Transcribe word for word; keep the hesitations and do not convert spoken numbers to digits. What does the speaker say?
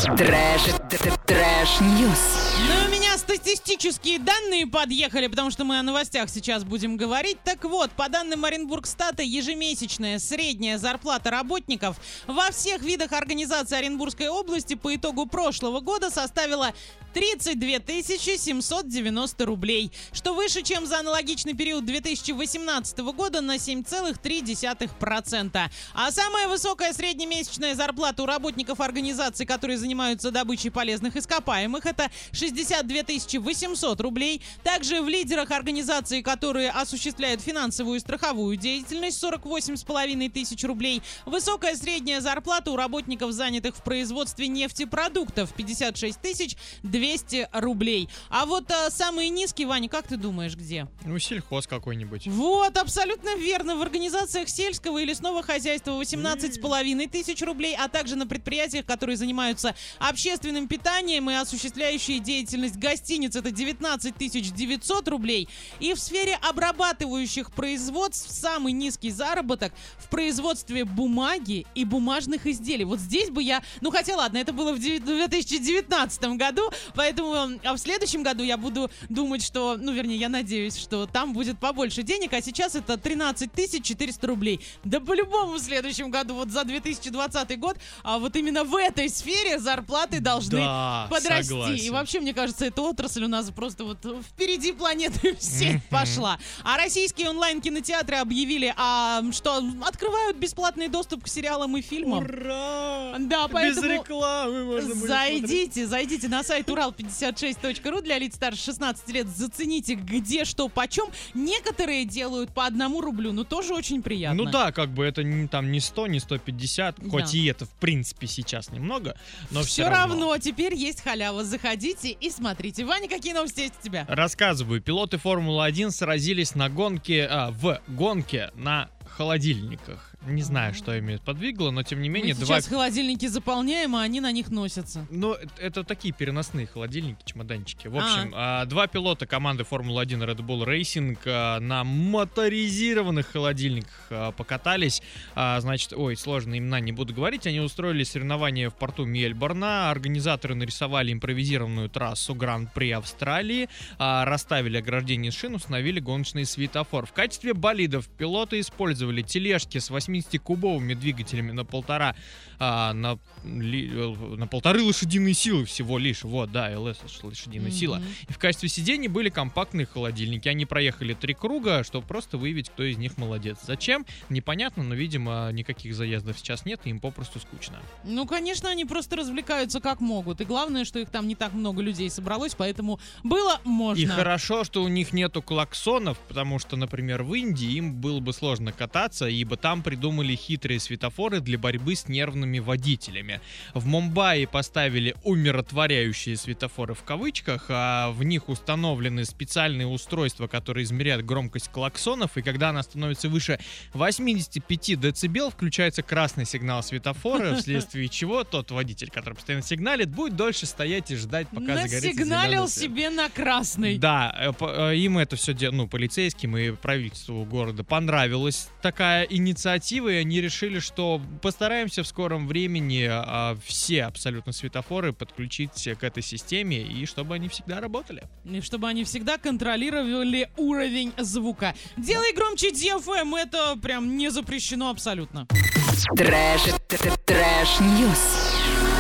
Трэш, трэш-ньюс. Ну, у меня статистические данные подъехали, потому что мы о новостях сейчас будем говорить. Так вот, по данным Оренбургстата, ежемесячная средняя зарплата работников во всех видах организации Оренбургской области по итогу прошлого года составила тридцать две тысячи семьсот девяносто рублей, что выше, чем за аналогичный период две тысячи восемнадцатого года на семь целых три десятых процента. А самая высокая среднемесячная зарплата у работников организаций, которые занимаются добычей полезных ископаемых, это шестьдесят две тысячи восемьсот рублей. Также в лидерах организаций, которые осуществляют финансовую и страховую деятельность, сорок восемь с половиной тысяч рублей. Высокая средняя зарплата у работников, занятых в производстве нефтепродуктов, пятьдесят шесть тысяч двести рублей. А вот а, самые низкие, Ваня, как ты думаешь, где? Ну, сельхоз какой-нибудь. Вот, абсолютно верно. В организациях сельского и лесного хозяйства восемнадцать с половиной тысяч рублей, а также на предприятиях, которые занимаются общественным питанием и осуществляющие деятельность гостиниц, это девятнадцать тысяч девятьсот рублей. И в сфере обрабатывающих производств самый низкий заработок в производстве бумаги и бумажных изделий. Вот здесь бы я, ну хотя ладно, это было в две тысячи девятнадцатом году, поэтому а в следующем году я буду думать, что, ну вернее, я надеюсь, что там будет побольше денег, а сейчас это тринадцать тысяч четыреста рублей. Да по-любому в следующем году, вот за две тысячи двадцатый год, а вот именно в этой сфере зарплаты должны Да, подрасти. согласен. И вообще, мне кажется, эта отрасль у нас просто вот впереди планеты всей пошла. А российские онлайн-кинотеатры объявили, а, что открывают бесплатный доступ к сериалам и фильмам. Ура! Да, поэтому Без рекламы можно будет зайдите, зайдите на сайт урал пятьдесят шесть точка ру для лиц старше шестнадцати лет, зацените, где, что, почем. Некоторые делают по одному рублю, но тоже очень приятно. Ну да, как бы это не, там не сто, не сто пятьдесят, Да. хоть и это в принципе сейчас немного, но все, Все равно теперь есть халява. Заходите и смотрите. Ваня, какие новости есть у тебя? Рассказываю, пилоты Формулы-один сразились на гонке, а, в гонке на холодильниках. Не знаю, что ими подвигло, но тем не менее... Мы два... сейчас холодильники заполняем, а они на них носятся. Ну, это, это такие переносные холодильники, чемоданчики. В общем, а. А, два пилота команды Формулы-один Red Bull Racing а, на моторизированных холодильниках а, покатались. А, значит, ой, сложные имена не буду говорить. Они устроили соревнования в порту Мельбурна. Организаторы нарисовали импровизированную трассу Гран-при Австралии, а, расставили ограждение шин, установили гоночный светофор. В качестве болидов пилоты использовали тележки с восьмидесятикубовыми двигателями на полтора а, на, ли, на полторы лошадиные силы всего лишь. Вот, да, ЛС лошадиная mm-hmm. сила. И в качестве сидений были компактные холодильники. Они проехали три круга, чтобы просто выявить, кто из них молодец. Зачем? Непонятно, но, видимо, никаких заездов сейчас нет, и им попросту скучно. Ну, конечно, они просто развлекаются как могут. И главное, что их там не так много людей собралось, поэтому было можно. И хорошо, что у них нету клаксонов, потому что, например, в Индии им было бы сложно кататься, ибо там придумали хитрые светофоры для борьбы с нервными водителями. В Мумбаи поставили умиротворяющие светофоры в кавычках, а в них установлены специальные устройства, которые измеряют громкость клаксонов, и когда она становится выше восемьдесят пять децибел, включается красный сигнал светофора, вследствие чего тот водитель, который постоянно сигналит, будет дольше стоять и ждать, пока загорится зеленый свет. Насигналил себе на красный. Да, им это все, ну, полицейским и правительству города понравилась такая инициатива, и они решили, что постараемся в скором времени а, все абсолютно светофоры подключить к этой системе, и чтобы они всегда работали. И чтобы они всегда контролировали уровень звука. Делай громче ди эф эм, это прям не запрещено абсолютно. Трэш, трэш-ньюс.